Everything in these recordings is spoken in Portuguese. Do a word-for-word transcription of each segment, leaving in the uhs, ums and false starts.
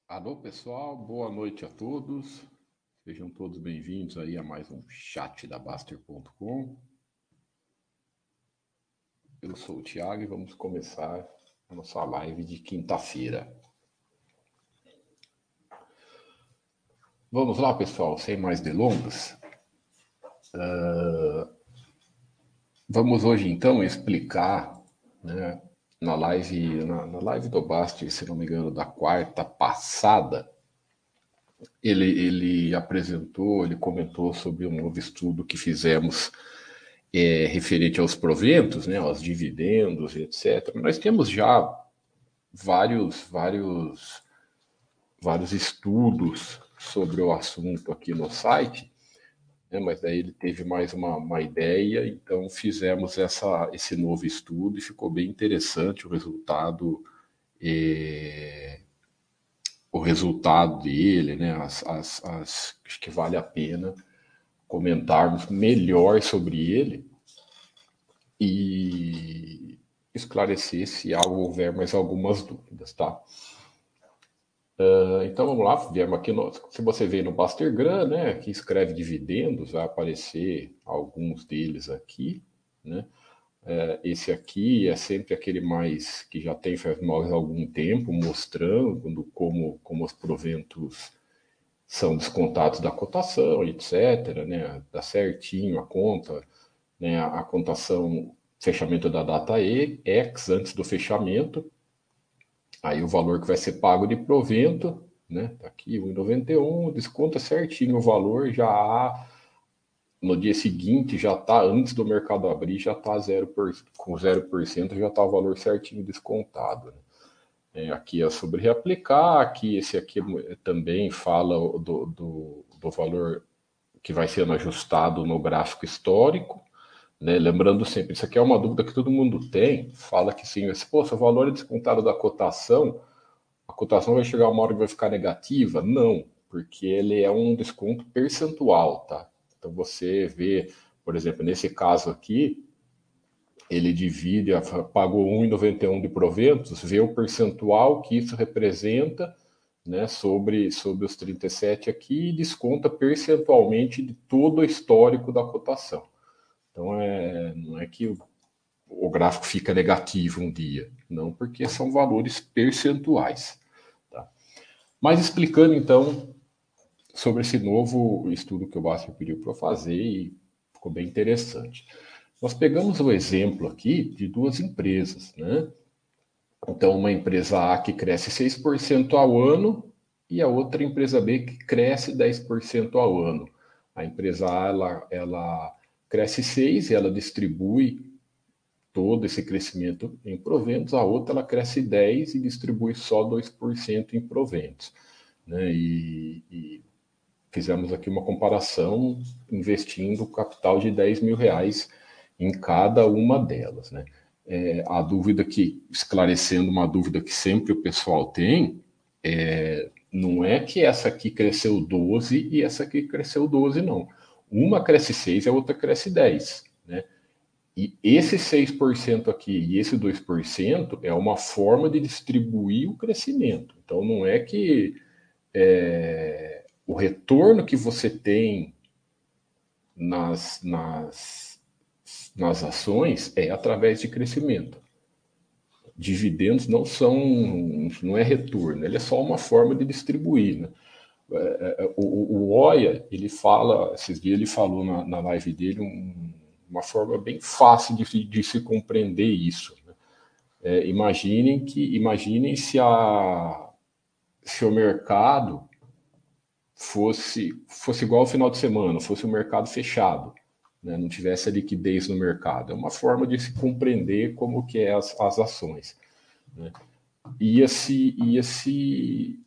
Alô, pessoal, boa noite a todos. Sejam todos bem-vindos aí a mais um chat da Baster ponto com. Eu sou o Thiago e vamos começar a nossa live de quinta-feira. Vamos lá, pessoal, sem mais delongas. Uh, vamos hoje então explicar, né, na live, na, na live do Baster, se não me engano, da quarta passada. Ele, ele apresentou, ele comentou sobre um novo estudo que fizemos é, referente aos proventos, né, aos dividendos, etcétera. Nós temos já vários, vários, vários estudos sobre o assunto aqui no site, né, mas daí ele teve mais uma, uma ideia, então fizemos essa, esse novo estudo e ficou bem interessante o resultado. É, o resultado dele, né, as, as, as, acho que vale a pena comentarmos melhor sobre ele e esclarecer se houver mais algumas dúvidas, tá? Uh, então vamos lá, viemos aqui no, se você vê no Bastergram, né, que escreve dividendos, vai aparecer alguns deles aqui, né? Uh, esse aqui é sempre aquele mais que já tem faz mais algum tempo, mostrando como, como os proventos são descontados da cotação, etcétera, né? Dá certinho a conta, né? A, a contação, fechamento da data E, X antes do fechamento, aí o valor que vai ser pago de provento, né? Tá aqui, um vírgula noventa e um, desconta certinho o valor, já há, no dia seguinte, já está, antes do mercado abrir, já está com zero por cento, já está o valor certinho descontado, né? É, aqui é sobre reaplicar, aqui esse aqui também fala do, do, do valor que vai sendo ajustado no gráfico histórico, né? Lembrando sempre, isso aqui é uma dúvida que todo mundo tem, fala que sim, mas, pô, se o valor é descontado da cotação, a cotação vai chegar uma hora que vai ficar negativa? Não, porque ele é um desconto percentual, tá? Então você vê, por exemplo, nesse caso aqui, ele divide, pagou um vírgula noventa e um de proventos, vê o percentual que isso representa, né, sobre, sobre os trinta e sete aqui e desconta percentualmente de todo o histórico da cotação. Então, é, não é que o, o gráfico fica negativo um dia, não, porque são valores percentuais. Tá? Mas explicando, então, sobre esse novo estudo que o Basta pediu para eu fazer e ficou bem interessante. Nós pegamos o exemplo aqui de duas empresas, né? Então, uma empresa A que cresce seis por cento ao ano e a outra empresa B que cresce dez por cento ao ano. A empresa A, ela, ela cresce seis por cento e ela distribui todo esse crescimento em proventos, a outra ela cresce dez por cento e distribui só dois por cento em proventos. Né? E, e fizemos aqui uma comparação investindo capital de dez mil reais em cada uma delas, né? É, a dúvida que, esclarecendo uma dúvida que sempre o pessoal tem, é, não é que essa aqui cresceu doze e essa aqui cresceu doze, não. Uma cresce seis e a outra cresce dez, né? E esse seis por cento aqui e esse dois por cento é uma forma de distribuir o crescimento. Então não é que é, o retorno que você tem nas, nas, nas ações é através de crescimento. Dividendos não são, não é retorno, ele é só uma forma de distribuir, né? O, o, o Oya, ele fala, esses dias ele falou na, na live dele um, uma forma bem fácil de, de se compreender isso, né? É, imaginem que, imaginem se a, se o mercado fosse, fosse igual ao final de semana, fosse um mercado fechado, né? Não tivesse a liquidez no mercado. É uma forma de se compreender como que é as, as ações, né? Ia-se, ia-se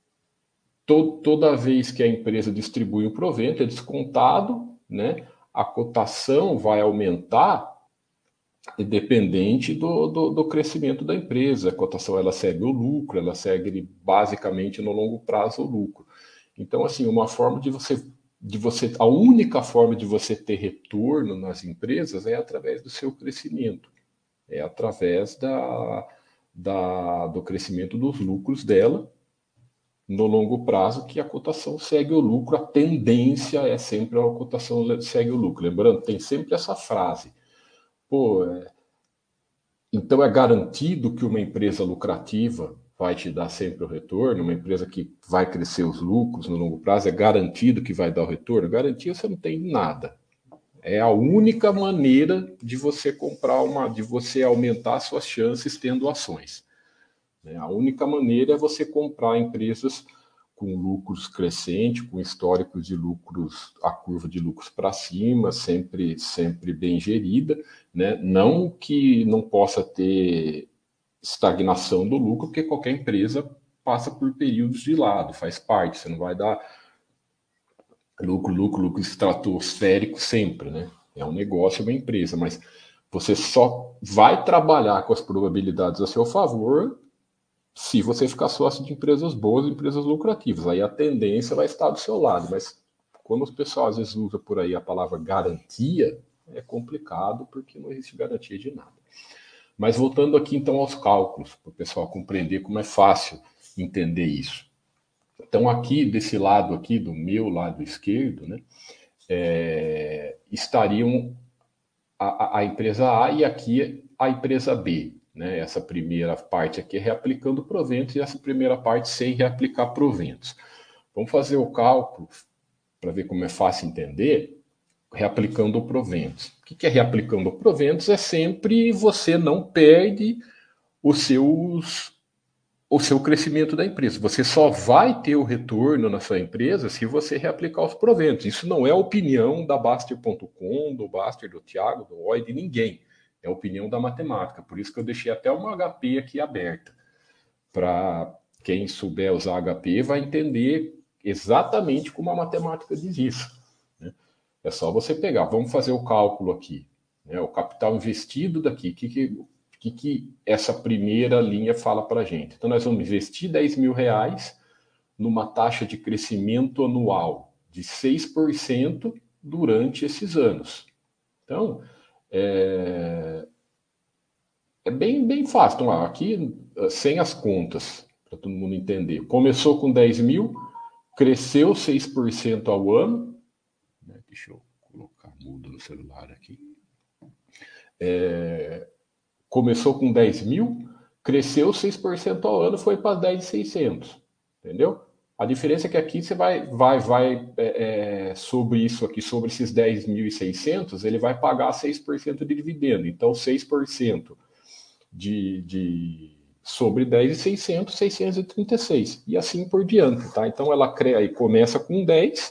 to, toda vez que a empresa distribui o provento, é descontado, né? A cotação vai aumentar dependente do, do, do crescimento da empresa. A cotação ela segue o lucro, ela segue basicamente no longo prazo o lucro. Então, assim, uma forma de você, de você, a única forma de você ter retorno nas empresas é através do seu crescimento, é através da, da, do crescimento dos lucros dela, no longo prazo que a cotação segue o lucro, a tendência é sempre a cotação segue o lucro. Lembrando, tem sempre essa frase. Pô, é... então é garantido que uma empresa lucrativa vai te dar sempre o retorno, uma empresa que vai crescer os lucros no longo prazo, é garantido que vai dar o retorno? Garantia você não tem nada. É a única maneira de você comprar uma, de você aumentar suas chances tendo ações. A única maneira é você comprar empresas com lucros crescentes, com históricos de lucros, a curva de lucros para cima, sempre, sempre bem gerida, né? Não que não possa ter estagnação do lucro, porque qualquer empresa passa por períodos de lado, faz parte, você não vai dar lucro, lucro, lucro estratosférico sempre, né? É um negócio, é uma empresa, mas você só vai trabalhar com as probabilidades a seu favor se você ficar sócio de empresas boas, empresas lucrativas. Aí a tendência vai estar do seu lado, mas quando o pessoal às vezes usa por aí a palavra garantia, é complicado porque não existe garantia de nada. Mas voltando aqui então aos cálculos, para o pessoal compreender como é fácil entender isso. Então aqui, desse lado aqui, do meu lado esquerdo, né, é, estariam a, a empresa A e aqui a empresa B. Né? Essa primeira parte aqui é reaplicando proventos e essa primeira parte sem reaplicar proventos. Vamos fazer o cálculo para ver como é fácil entender, reaplicando proventos. O que é reaplicando proventos? É sempre você não perde os seus, o seu crescimento da empresa. Você só vai ter o retorno na sua empresa se você reaplicar os proventos. Isso não é opinião da Baster ponto com, do Baster, do Thiago, do Oi, de ninguém. É opinião da matemática. Por isso que eu deixei até uma H P aqui aberta. Para quem souber usar H P vai entender exatamente como a matemática diz isso. Né? É só você pegar. Vamos fazer o cálculo aqui. Né? O capital investido daqui. O que, que, que, que essa primeira linha fala para a gente? Então, nós vamos investir dez mil reais numa taxa de crescimento anual de seis por cento durante esses anos. Então, é, é bem, bem fácil. Então, aqui, sem as contas, para todo mundo entender. Começou com dez mil, cresceu seis por cento ao ano. Deixa eu colocar mudo no celular aqui. É, começou com dez mil, cresceu seis por cento ao ano, foi para dez mil e seiscentos. Entendeu? A diferença é que aqui você vai, vai, vai é, sobre isso aqui, sobre esses dez mil e seiscentos, ele vai pagar seis por cento de dividendo. Então, seis por cento de, de sobre dez mil e seiscentos, seiscentos e trinta e seis. E assim por diante, tá? Então, ela cria, aí começa com dez,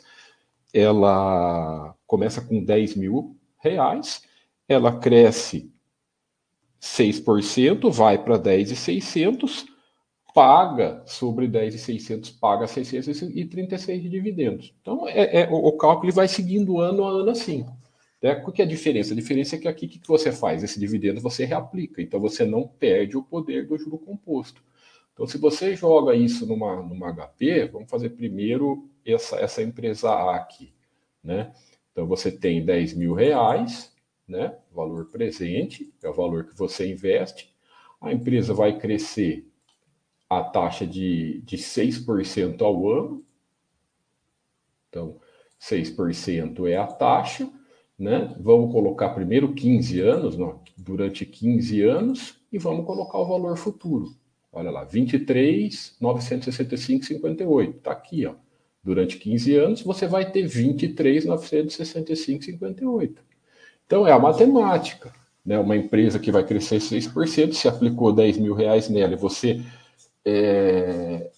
ela começa com dez mil reais, ela cresce seis por cento, vai para dez mil e seiscentos, paga sobre dez mil e seiscentos, paga seiscentos e trinta e seis de dividendos. Então, é, é, o, o cálculo vai seguindo ano a ano assim. Né? Qual que é a diferença? A diferença é que aqui o que você faz? Esse dividendo você reaplica, então você não perde o poder do juro composto. Então, se você joga isso numa, numa H P, vamos fazer primeiro essa, essa empresa A aqui. Né? Então, você tem dez mil reais, né? Valor presente, é o valor que você investe. A empresa vai crescer a taxa de, de seis por cento ao ano. Então, seis por cento é a taxa. Né? Vamos colocar primeiro quinze anos, não, durante quinze anos, e vamos colocar o valor futuro. Olha lá, vinte e três mil novecentos e sessenta e cinco vírgula cinquenta e oito. Está aqui, ó. Durante quinze anos, você vai ter vinte e três mil novecentos e sessenta e cinco vírgula cinquenta e oito. Então, é a matemática. Né? Uma empresa que vai crescer seis por cento, se aplicou dez mil reais nela e você é,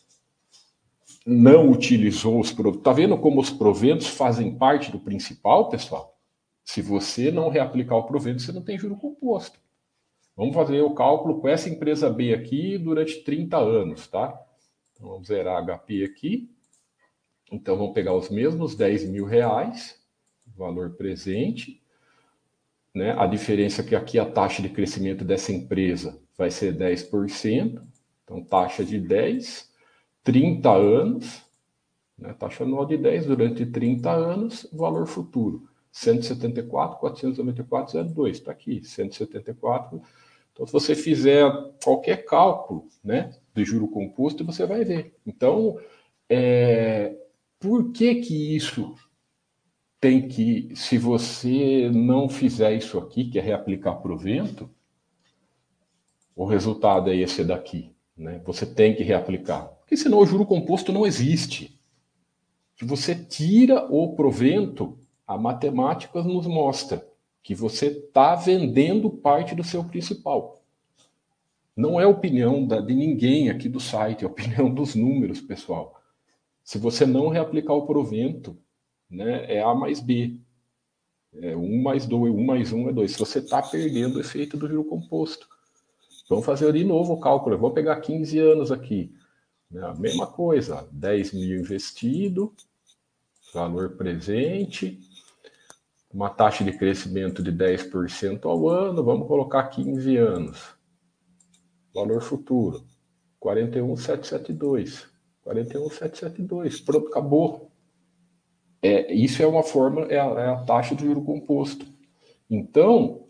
não utilizou os proventos. Está vendo como os proventos fazem parte do principal, pessoal? Se você não reaplicar o provento, você não tem juro composto. Vamos fazer o cálculo com essa empresa B aqui durante trinta anos, tá? Então, vamos zerar H P aqui. Então, vamos pegar os mesmos dez mil reais, valor presente. Né? A diferença é que aqui a taxa de crescimento dessa empresa vai ser dez por cento. Então, taxa de dez, trinta anos, né? Taxa anual de dez durante trinta anos, valor futuro. cento e setenta e quatro mil quatrocentos e noventa e quatro vírgula zero dois, está aqui, cento e setenta e quatro. Então, se você fizer qualquer cálculo, né, de juro composto, você vai ver. Então, É, por que que isso tem que, se você não fizer isso aqui, que é reaplicar provento, o resultado é esse daqui, né? Você tem que reaplicar. Porque senão o juro composto não existe. Se você tira o provento, a matemática nos mostra que você está vendendo parte do seu principal. Não é opinião da, de ninguém aqui do site, é opinião dos números, pessoal. Se você não reaplicar o provento, né, é A mais B. É um mais dois, um mais um é dois. Se você está perdendo o efeito do juro composto. Vamos fazer de novo o cálculo. Eu vou pegar quinze anos aqui. Né, a mesma coisa, dez mil investido, valor presente, uma taxa de crescimento de dez por cento ao ano, vamos colocar quinze anos. Valor futuro, quarenta e um mil setecentos e setenta e dois. quarenta e um mil setecentos e setenta e dois. Pronto, acabou. É, isso é uma forma, é a, é a taxa do juro composto. Então,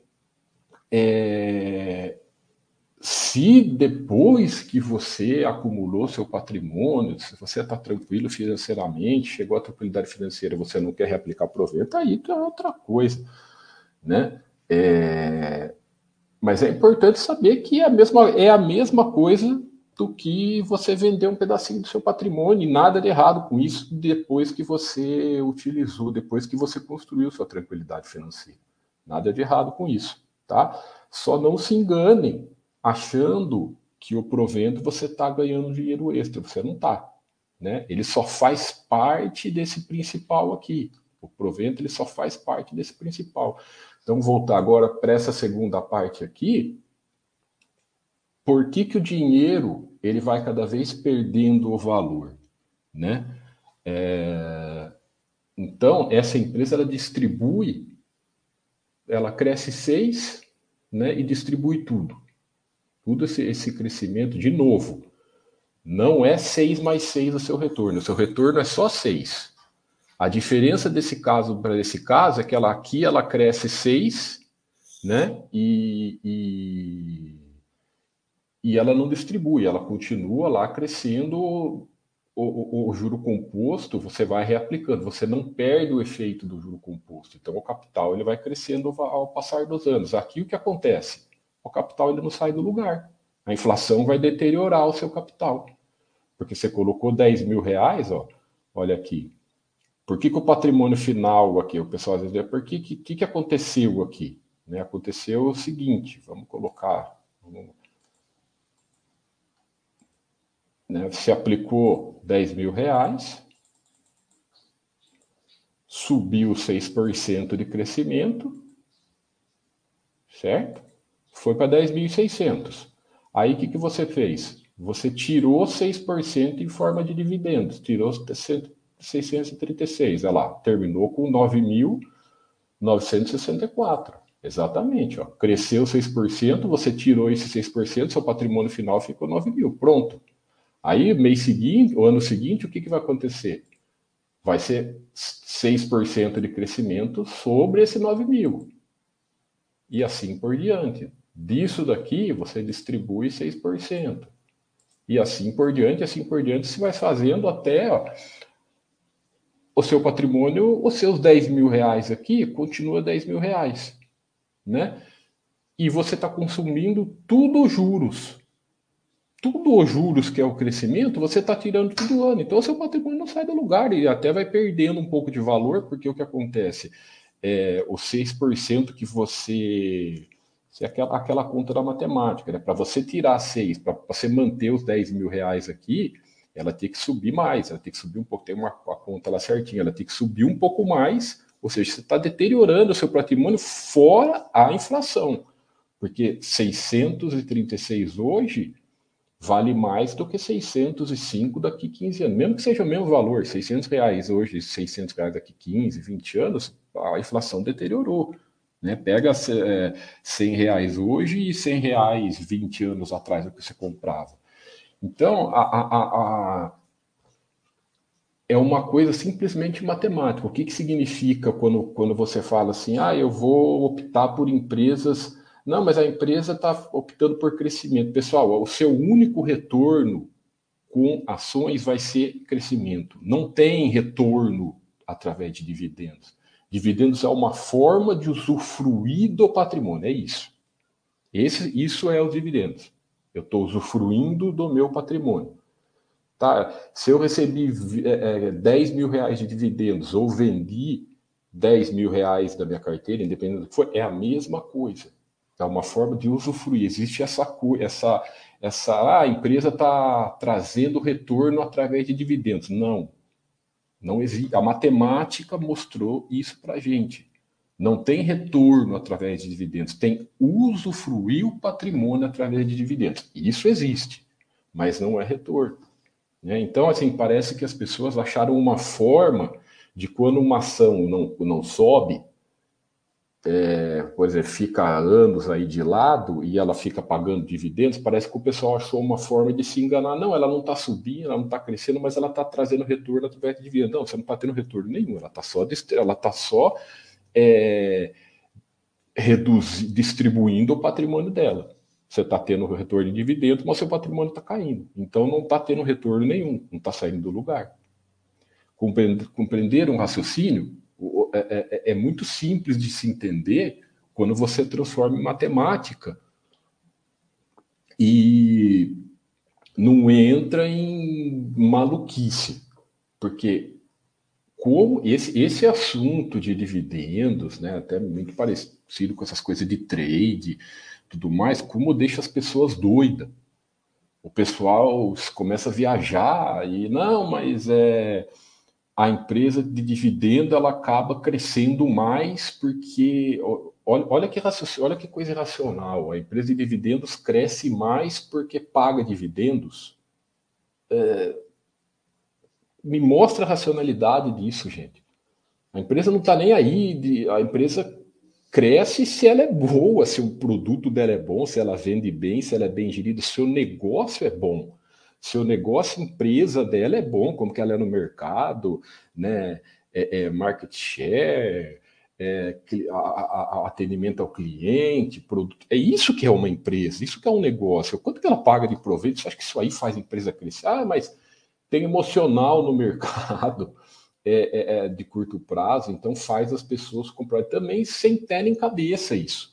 é, se depois que você acumulou seu patrimônio, se você está tranquilo financeiramente, chegou à tranquilidade financeira, você não quer reaplicar provento, aí é outra coisa, né? É, mas é importante saber que é a mesma, é a mesma coisa do que você vender um pedacinho do seu patrimônio, e nada de errado com isso depois que você utilizou, depois que você construiu sua tranquilidade financeira. Nada de errado com isso, tá? Só não se enganem achando que o provento você está ganhando dinheiro extra, você não está, né? Ele só faz parte desse principal aqui. O provento ele só faz parte desse principal. Então, voltar agora para essa segunda parte aqui. Por que que o dinheiro ele vai cada vez perdendo o valor, né? É... Então, essa empresa ela distribui, ela cresce seis, né, e distribui tudo. Tudo esse, esse crescimento, de novo, não é seis mais seis o seu retorno. O seu retorno é só seis. A diferença desse caso para esse caso é que ela aqui ela cresce seis, né? E, e, e ela não distribui, ela continua lá crescendo o, o, o juro composto, você vai reaplicando, você não perde o efeito do juro composto. Então o capital ele vai crescendo ao passar dos anos. Aqui o que acontece? O capital ele não sai do lugar. A inflação vai deteriorar o seu capital. Porque você colocou dez mil reais, ó, olha aqui. Por que, que o patrimônio final aqui, o pessoal às vezes diz, por que, que, que aconteceu aqui? Né? Aconteceu o seguinte, vamos colocar, vamos, né? Você aplicou dez mil reais, subiu seis por cento de crescimento, certo? Foi para dez mil e seiscentos. Aí o que, que você fez? Você tirou seis por cento em forma de dividendos, tirou seiscentos e trinta e seis, olha lá, terminou com nove mil novecentos e sessenta e quatro. Exatamente, ó. Cresceu seis por cento, você tirou esse seis por cento, seu patrimônio final ficou nove mil. Pronto. Aí, mês seguinte, o ano seguinte, o que, que vai acontecer? Vai ser seis por cento de crescimento sobre esse nove mil. E assim por diante. Disso daqui, você distribui seis por cento. E assim por diante, assim por diante, você vai fazendo até ó, o seu patrimônio, os seus dez mil reais aqui, continua dez mil reais. Né? E você está consumindo tudo os juros. Tudo os juros que é o crescimento, você está tirando todo ano. Então, o seu patrimônio não sai do lugar e até vai perdendo um pouco de valor, porque o que acontece? É, os seis por cento que você... É aquela, aquela conta da matemática, né? Para você tirar seis, para você manter os dez mil reais aqui, ela tem que subir mais, ela tem que subir um pouco, tem uma a conta lá certinha, ela tem que subir um pouco mais, ou seja, você está deteriorando o seu patrimônio fora a inflação, porque seiscentos e trinta e seis hoje vale mais do que seiscentos e cinco daqui a quinze anos, mesmo que seja o mesmo valor, seiscentos reais hoje, seiscentos reais daqui a quinze, vinte anos, a inflação deteriorou. Né? Pega é, cem reais hoje e cem reais vinte anos atrás do que você comprava. Então, a, a, a, é uma coisa simplesmente matemática. O que, que significa quando, quando você fala assim, ah, eu vou optar por empresas... Não, mas a empresa está optando por crescimento. Pessoal, o seu único retorno com ações vai ser crescimento. Não tem retorno através de dividendos. Dividendos é uma forma de usufruir do patrimônio, é isso. Esse, isso é os dividendos. Eu estou usufruindo do meu patrimônio. Tá? Se eu recebi é, dez mil reais de dividendos ou vendi dez mil reais da minha carteira, independente do que for, é a mesma coisa. É uma forma de usufruir. Existe essa essa essa ah, a empresa está trazendo retorno através de dividendos. Não, não existe. A matemática mostrou isso para a gente. Não tem retorno através de dividendos, tem usufruir o patrimônio através de dividendos. Isso existe, mas não é retorno. Né? Então, assim, parece que as pessoas acharam uma forma de quando uma ação não, não sobe, é, por exemplo, fica anos aí de lado e ela fica pagando dividendos, parece que o pessoal achou uma forma de se enganar. Não, ela não está subindo, ela não está crescendo, mas ela está trazendo retorno através de dividendos. Não, você não está tendo retorno nenhum, ela está só, ela tá só é, reduzir, distribuindo o patrimônio dela. Você está tendo retorno de dividendos, mas seu patrimônio está caindo. Então não está tendo retorno nenhum, não está saindo do lugar. Compreender um raciocínio é, é, é muito simples de se entender quando você transforma em matemática e não entra em maluquice. Porque como esse, esse assunto de dividendos, né, até muito parecido com essas coisas de trade, tudo mais, como deixa as pessoas doidas. O pessoal começa a viajar e não, mas é a empresa de dividendo ela acaba crescendo mais porque olha, olha que olha que coisa irracional. A empresa de dividendos cresce mais porque paga dividendos. É, me mostra a racionalidade disso, gente. A empresa não está nem aí, a empresa cresce se ela é boa, se o produto dela é bom, se ela vende bem, se ela é bem gerida, se o negócio é bom. Se o negócio, empresa dela é bom, como que ela é no mercado, né? É, é market share, é, a, a, a atendimento ao cliente, produto. É isso que é uma empresa, isso que é um negócio. Quanto que ela paga de proveito? Você acha que isso aí faz a empresa crescer? Ah, mas tem emocional no mercado. É, é, é de curto prazo, então faz as pessoas comprarem também sem terem cabeça isso.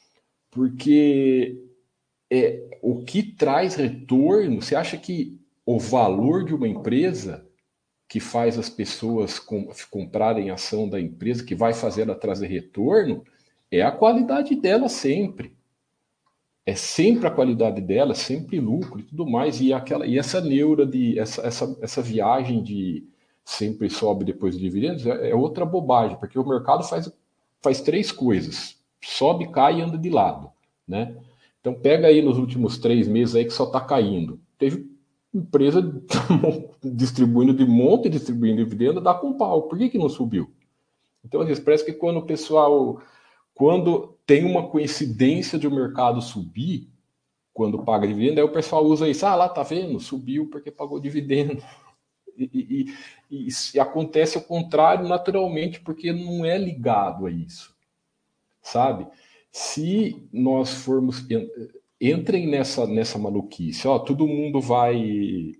Porque é, o que traz retorno, você acha que o valor de uma empresa que faz as pessoas com, comprarem ação da empresa, que vai fazer ela trazer retorno, é a qualidade dela sempre. É sempre a qualidade dela, sempre lucro e tudo mais. E, aquela, e essa neura de. Essa, essa, essa viagem de sempre sobe depois de dividendos é, é outra bobagem, porque o mercado faz, faz três coisas: sobe, cai e anda de lado. Né? Então pega aí nos últimos três meses aí que só está caindo. Teve empresa distribuindo de monte, distribuindo dividendo, dá com pau. Por que, que não subiu? Então, às vezes, parece que quando o pessoal. Quando tem uma coincidência de o mercado subir, quando paga dividendo, aí o pessoal usa isso. Ah, lá tá vendo? Subiu porque pagou dividendo. E, e, e, e acontece o contrário naturalmente, porque não é ligado a isso. Sabe? Se nós formos. Entrem nessa, nessa maluquice. Ó, todo mundo vai.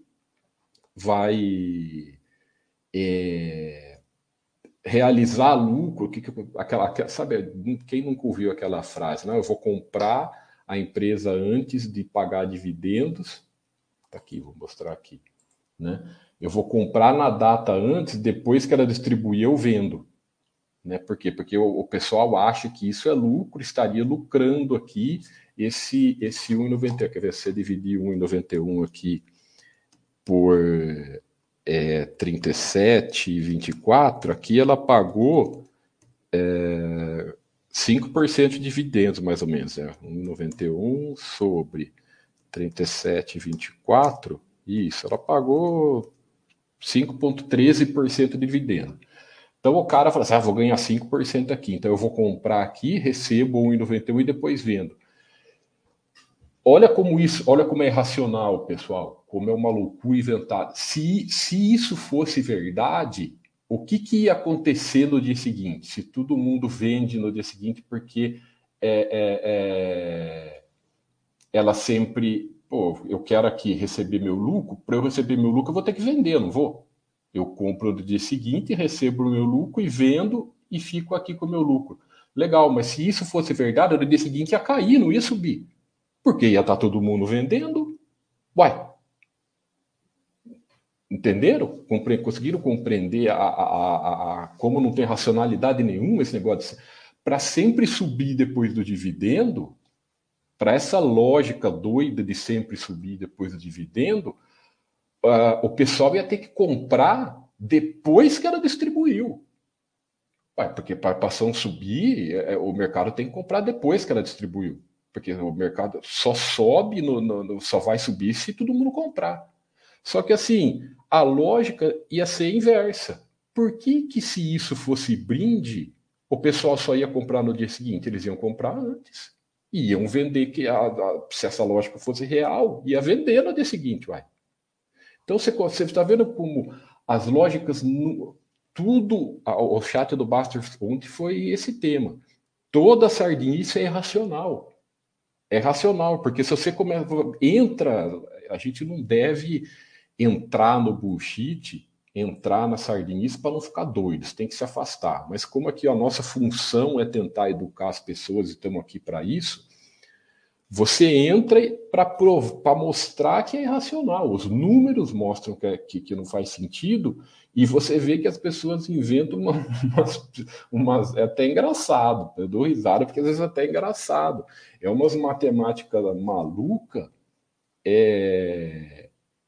Vai. É, realizar lucro, que, que, aquela, aquela, sabe, quem nunca ouviu aquela frase, né? Eu vou comprar a empresa antes de pagar dividendos, tá aqui, vou mostrar aqui, né? Eu vou comprar na data antes, depois que ela distribuir eu vendo, né? Por quê? Porque o, o pessoal acha que isso é lucro, estaria lucrando aqui esse, esse um vírgula noventa e um, quer ver, se você dividir um vírgula noventa e um aqui por é, trinta e sete e vinte e quatro, aqui ela pagou é, cinco por cento de dividendos, mais ou menos. Né? um vírgula noventa e um sobre trinta e sete e vinte e quatro, isso, ela pagou cinco vírgula treze por cento de dividendo. Então o cara fala assim, ah, vou ganhar cinco por cento aqui, então eu vou comprar aqui, recebo um vírgula noventa e um e depois vendo. Olha como isso, olha como é irracional, pessoal, como é uma loucura inventada. Se, se isso fosse verdade, o que, que ia acontecer no dia seguinte? Se todo mundo vende no dia seguinte, porque é, é, é, ela sempre pô, eu quero aqui receber meu lucro, para eu receber meu lucro eu vou ter que vender, não vou? Eu compro no dia seguinte, recebo o meu lucro e vendo e fico aqui com o meu lucro. Legal, mas se isso fosse verdade, no dia seguinte ia cair, não ia subir. Porque ia estar todo mundo vendendo. Uai, entenderam? Compre conseguiram compreender a, a, a, a, como não tem racionalidade nenhuma esse negócio? Para sempre subir depois do dividendo, para essa lógica doida de sempre subir depois do dividendo, uh, o pessoal ia ter que comprar depois que ela distribuiu. Ué, porque para a ação subir, é, o mercado tem que comprar depois que ela distribuiu. Porque o mercado só sobe, no, no, no, só vai subir se todo mundo comprar. Só que assim, a lógica ia ser inversa. Por que que se isso fosse brinde, o pessoal só ia comprar no dia seguinte? Eles iam comprar antes. Iam vender, que a, a, se essa lógica fosse real, ia vender no dia seguinte, vai. Então você está vendo como as lógicas, tudo, o chat do Buster ontem foi esse tema. Toda sardinice é irracional. É racional, porque se você começa, entra, a gente não deve entrar no bullshit, entrar na sardinice para não ficar doido, você tem que se afastar. Mas como aqui a nossa função é tentar educar as pessoas e estamos aqui para isso, você entra para mostrar que é irracional. Os números mostram que, é, que, que, não faz sentido e você vê que as pessoas inventam uma, umas, umas. É até engraçado. Eu dou risada porque às vezes é até engraçado. É umas matemáticas malucas. É,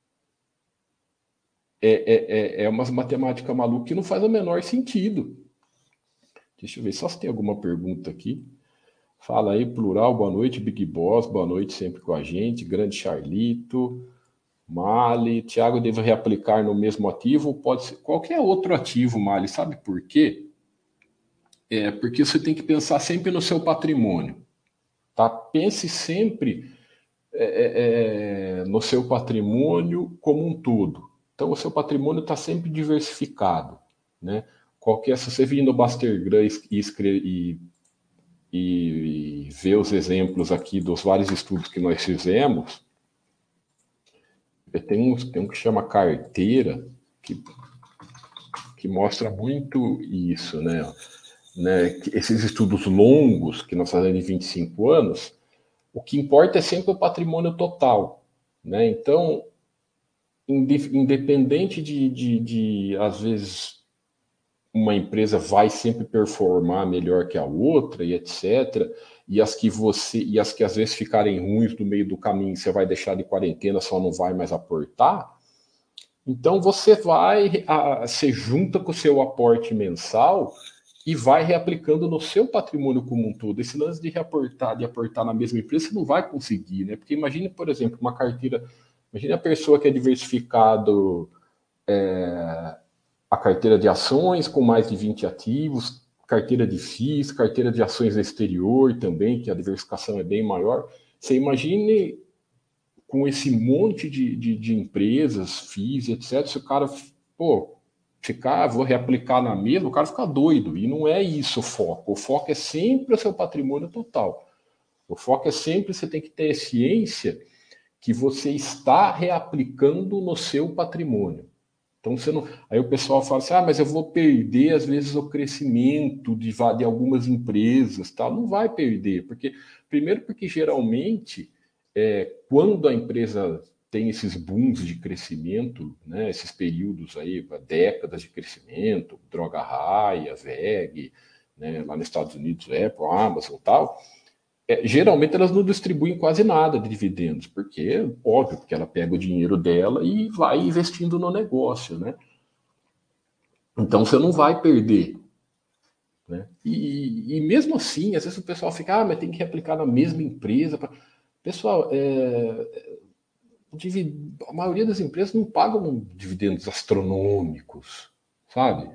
é, é, é, é umas matemáticas malucas que não faz o menor sentido. Deixa eu ver só se tem alguma pergunta aqui. Fala aí, plural, boa noite, Big Boss, boa noite sempre com a gente, grande Charlito, Mali, Thiago, devo reaplicar no mesmo ativo, pode ser qualquer outro ativo, Mali, sabe por quê? É porque você tem que pensar sempre no seu patrimônio, tá? Pense sempre é, é, no seu patrimônio como um todo. Então, o seu patrimônio está sempre diversificado, né? Qualquer, se você vir no Bastergram e, e e ver os exemplos aqui dos vários estudos que nós fizemos, tem um, tem um que chama carteira, que, que mostra muito isso, né? né? Esses estudos longos, que nós fazemos de vinte e cinco anos, o que importa é sempre o patrimônio total, né? Então, independente de, de, de às vezes, uma empresa vai sempre performar melhor que a outra e etcétera. E as que você e as que às vezes ficarem ruins no meio do caminho, você vai deixar de quarentena, só não vai mais aportar. Então você vai, a, você junta com o seu aporte mensal e vai reaplicando no seu patrimônio como um todo. Esse lance de reaportar, de aportar na mesma empresa, você não vai conseguir, né? Porque imagine, por exemplo, uma carteira, imagine a pessoa que é diversificado é, a carteira de ações com mais de vinte ativos, carteira de F I Is, carteira de ações exterior também, que a diversificação é bem maior. Você imagine com esse monte de, de, de empresas, F I Is, etcétera, se o cara, pô, ficar, vou reaplicar na mesma, o cara fica doido. E não é isso o foco. O foco é sempre o seu patrimônio total. O foco é sempre você tem que ter ciência que você está reaplicando no seu patrimônio. Então você não. Aí o pessoal fala assim: ah, mas eu vou perder às vezes o crescimento de, de algumas empresas, tal. Não vai perder, porque primeiro porque geralmente é, quando a empresa tem esses booms de crescimento, né, esses períodos aí, décadas de crescimento, droga raia, V E G, né, lá nos Estados Unidos, Apple, Amazon, tal. É, geralmente elas não distribuem quase nada de dividendos, porque, óbvio, porque ela pega o dinheiro dela e vai investindo no negócio, né? Então você não vai perder. Né? E, e mesmo assim, às vezes o pessoal fica, ah, mas tem que replicar na mesma empresa. Pra... Pessoal, é... a maioria das empresas não pagam dividendos astronômicos, sabe?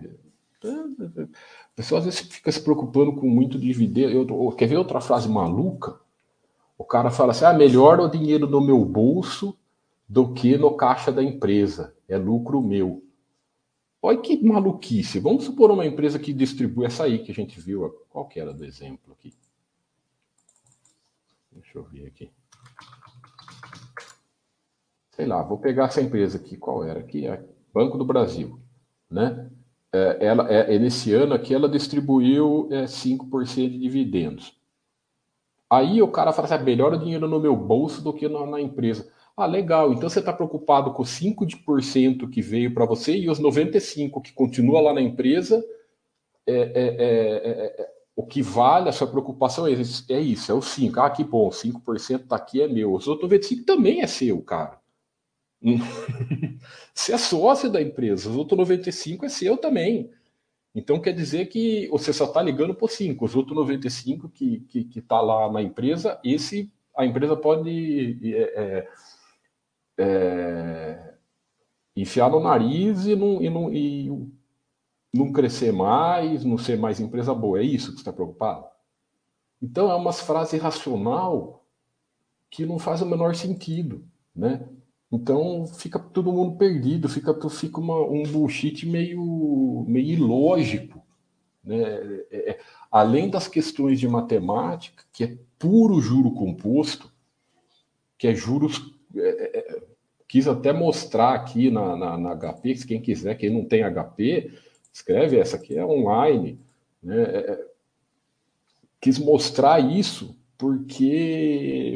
O pessoal às vezes fica se preocupando com muito dividendo. Eu, quer ver outra frase maluca? O cara fala assim: ah, melhor o dinheiro no meu bolso do que no caixa da empresa. É lucro meu. Olha que maluquice. Vamos supor uma empresa que distribui essa aí que a gente viu. Qual que era do exemplo aqui? Deixa eu ver aqui. sei lá, vou pegar essa empresa aqui, qual era? Aqui, é Banco do Brasil, né? É, ela, é, é nesse ano aqui ela distribuiu é, cinco por cento de dividendos. Aí o cara fala assim, ah, melhor o dinheiro no meu bolso do que na, na empresa. Ah, legal, então você está preocupado com cinco por cento que veio para você e os noventa e cinco por cento que continua lá na empresa, é, é, é, é, o que vale, a sua preocupação é, é isso, é o cinco. Ah, que bom, cinco por cento tá aqui é meu. Os outros noventa e cinco por cento também é seu, cara. Você é sócio da empresa, os outros noventa e cinco por cento é seu também. Então quer dizer que você só está ligando por cinco. Os outros noventa e cinco por cento que está que, que tá lá na empresa, esse a empresa pode é, é, é, enfiar no nariz e não, e, não, e não crescer mais, não ser mais empresa boa. É isso que você está preocupado? Então é umas frases racional que não faz o menor sentido, né? Então fica todo mundo perdido, fica, fica uma, um bullshit meio, meio ilógico, né? É, é, além das questões de matemática, que é puro juro composto, que é juros. É, é, quis até mostrar aqui na, na, na H P, quem quiser, quem não tem H P, escreve essa aqui, é online. Né? É, quis mostrar isso porque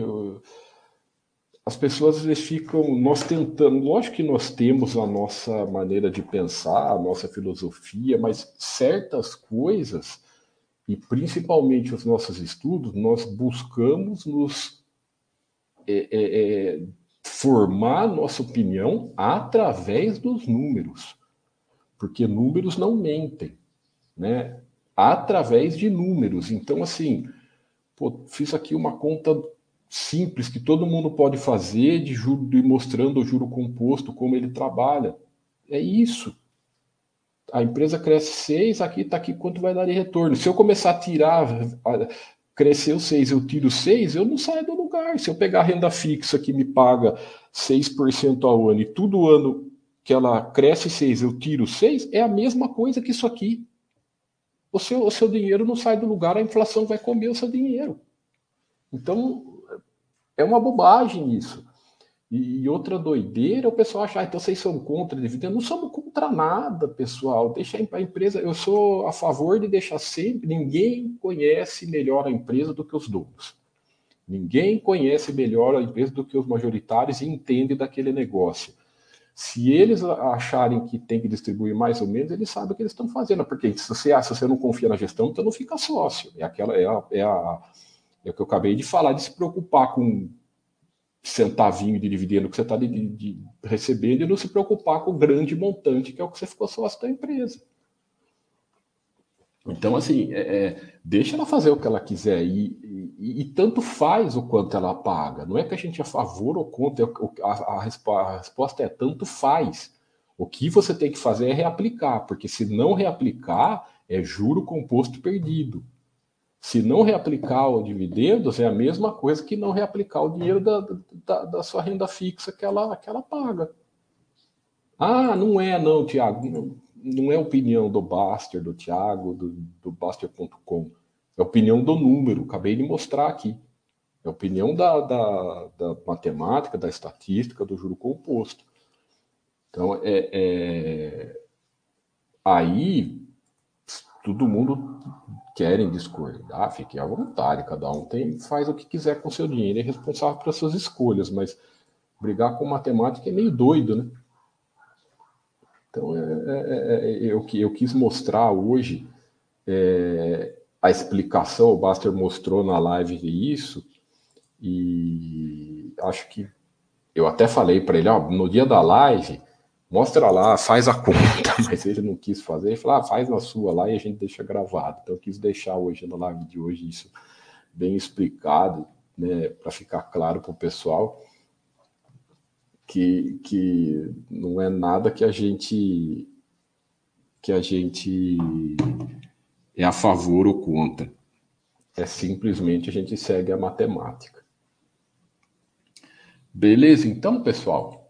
as pessoas às vezes ficam, nós tentando, lógico que nós temos a nossa maneira de pensar, a nossa filosofia, mas certas coisas, e principalmente os nossos estudos, nós buscamos nos é, é, é, formar nossa opinião através dos números, porque números não mentem, né? Através de números. Então, assim, pô, fiz aqui uma conta simples que todo mundo pode fazer de juro, de mostrando o juro composto, como ele trabalha. É isso. A empresa cresce seis, aqui está aqui quanto vai dar de retorno. Se eu começar a tirar, a, cresceu seis, eu tiro seis, eu não saio do lugar. Se eu pegar a renda fixa que me paga seis por cento ao ano e todo ano que ela cresce seis, eu tiro seis, é a mesma coisa que isso aqui. O seu, o seu dinheiro não sai do lugar, a inflação vai comer o seu dinheiro. Então, é uma bobagem isso. E, e outra doideira, o pessoal acha, ah, então vocês são contra dividendo. Não somos contra nada, pessoal. Deixa a empresa. Eu sou a favor de deixar sempre. Ninguém conhece melhor a empresa do que os donos. Ninguém conhece melhor a empresa do que os majoritários e entende daquele negócio. Se eles acharem que tem que distribuir mais ou menos, eles sabem o que eles estão fazendo. Porque se você, se você não confia na gestão, então não fica sócio. É, aquela, é, a, é, a, é o que eu acabei de falar, de se preocupar com centavinho de dividendo que você está recebendo e não se preocupar com o grande montante que é o que você ficou sócio da empresa. Então, assim, é, é, deixa ela fazer o que ela quiser e, e, e, tanto faz o quanto ela paga. Não é que a gente é a favor ou contra, a, a, a resposta é tanto faz. O que você tem que fazer é reaplicar, porque se não reaplicar, é juro composto perdido. Se não reaplicar o dividendos, é a mesma coisa que não reaplicar o dinheiro da, da, da sua renda fixa que ela, que ela paga. Ah, não é não, Tiago. Não, não é opinião do Baster, do Tiago, do, do Baster ponto com. É opinião do número. Acabei de mostrar aqui. É opinião da, da, da matemática, da estatística, do juro composto. Então, é, é... aí todo mundo querem discordar, fiquem à vontade, cada um tem, faz o que quiser com seu dinheiro, é responsável pelas suas escolhas, mas brigar com matemática é meio doido, né? Então, é, é, é, eu, eu quis mostrar hoje é, a explicação, o Baster mostrou na live isso, e acho que eu até falei para ele, ó, no dia da live, mostra lá, faz a conta, mas ele não quis fazer, ele falou, ah, faz na sua lá e a gente deixa gravado. Então eu quis deixar hoje, na live de hoje, isso bem explicado, né, para ficar claro para o pessoal que, que não é nada que a gente que a gente é a favor ou contra. É simplesmente a gente segue a matemática. Beleza, então, pessoal?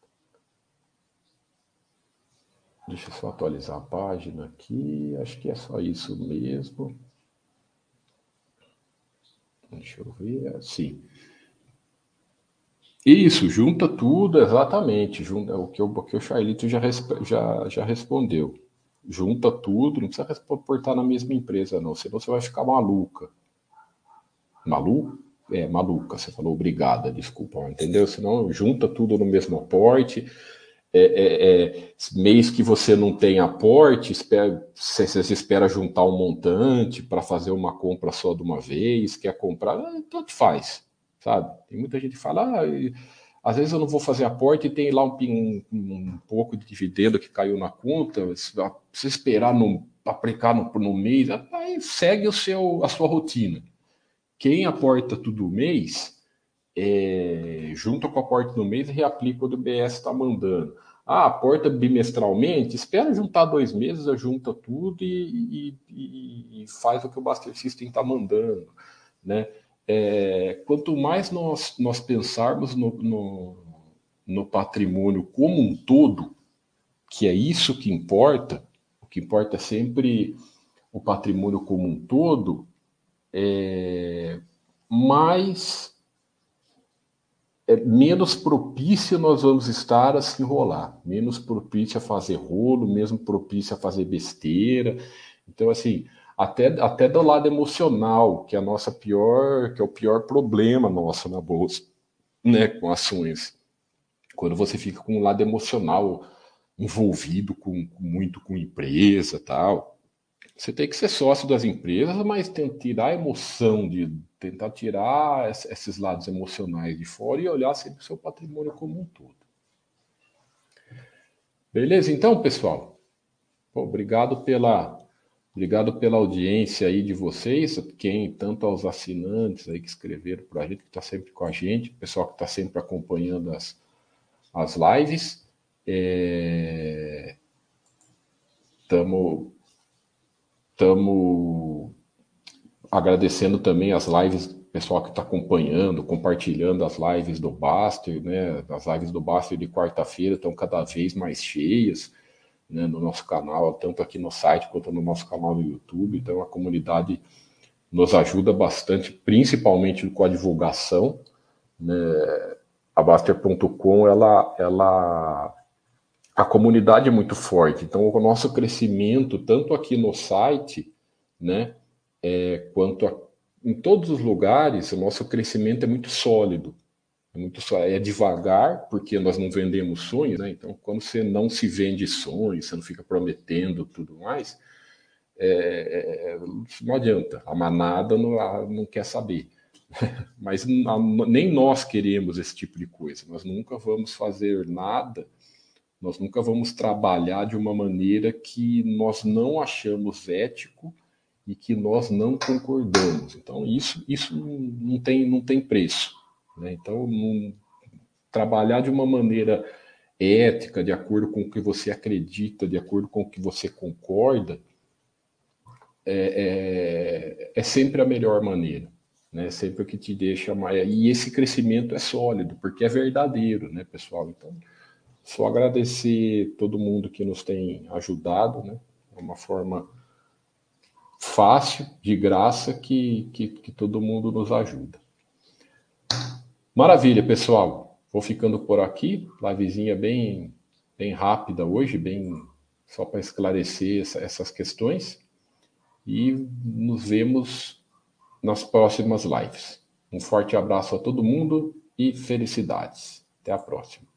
Deixa eu só atualizar a página aqui. Acho que é só isso mesmo. Deixa eu ver. Sim. Isso, junta tudo, exatamente. Junta, o que o, o, que o Charlito já, já, já respondeu. Junta tudo, não precisa reportar na mesma empresa, não, senão você vai ficar maluca. Malu? É, maluca, você falou obrigada, desculpa, entendeu? Senão junta tudo no mesmo aporte. É, é, é, mês que você não tem aporte, espera, você, você espera juntar um montante para fazer uma compra só de uma vez, quer comprar, tanto faz, sabe? Tem muita gente que fala, ah, às vezes eu não vou fazer aporte e tem lá um, um, um pouco de dividendo que caiu na conta, precisa esperar no, aplicar no, no mês, aí segue o seu, a sua rotina. Quem aporta todo mês, é, junta com o aporte do mês e reaplica o do B S está mandando. Ah, aporta bimestralmente, espera juntar dois meses, junta tudo e, e, e faz o que o Buster System está mandando. Né? É, quanto mais nós, nós pensarmos no, no, no patrimônio como um todo, que é isso que importa, o que importa é sempre o patrimônio como um todo, é, mais é, menos propício nós vamos estar a se enrolar, menos propício a fazer rolo, mesmo propício a fazer besteira. Então, assim, até, até do lado emocional, que é a nossa pior, que é o pior problema nosso na bolsa, né, com ações. Quando você fica com o lado emocional envolvido com, muito com empresa, tal, você tem que ser sócio das empresas, mas tentar tirar a emoção de tentar tirar esses lados emocionais de fora e olhar sempre o seu patrimônio como um todo. Beleza, então, pessoal? Pô, obrigado pela obrigado pela audiência aí de vocês, quem tanto aos assinantes aí que escreveram para a gente, que está sempre com a gente, o pessoal que está sempre acompanhando as, as lives. Estamos é, estamos agradecendo também as lives, pessoal que está acompanhando, compartilhando as lives do Baster, né? As lives do Baster de quarta-feira estão cada vez mais cheias, né, no nosso canal, tanto aqui no site quanto no nosso canal no YouTube. Então a comunidade nos ajuda bastante, principalmente com a divulgação. Né? A Baster ponto com, ela, ela, a comunidade é muito forte. Então o nosso crescimento, tanto aqui no site, né, quanto a, em todos os lugares, o nosso crescimento é muito sólido. É, muito só, é devagar, porque nós não vendemos sonhos, né? Então, quando você não se vende sonhos, você não fica prometendo tudo mais, é, é, não adianta. A manada não, não quer saber. Mas a, nem nós queremos esse tipo de coisa. Nós nunca vamos fazer nada, nós nunca vamos trabalhar de uma maneira que nós não achamos ético e que nós não concordamos. Então, isso, isso não, tem, não tem preço. Né? Então, não, trabalhar de uma maneira ética, de acordo com o que você acredita, de acordo com o que você concorda, é, é, é sempre a melhor maneira. Né? Sempre o que te deixa mais. E esse crescimento é sólido, porque é verdadeiro, né, pessoal? Então, só agradecer todo mundo que nos tem ajudado, né? É uma forma fácil, de graça, que, que, que todo mundo nos ajuda. Maravilha, pessoal. Vou ficando por aqui. Livezinha bem, bem rápida hoje, bem só para esclarecer essa, essas questões. E nos vemos nas próximas lives. Um forte abraço a todo mundo e felicidades. Até a próxima.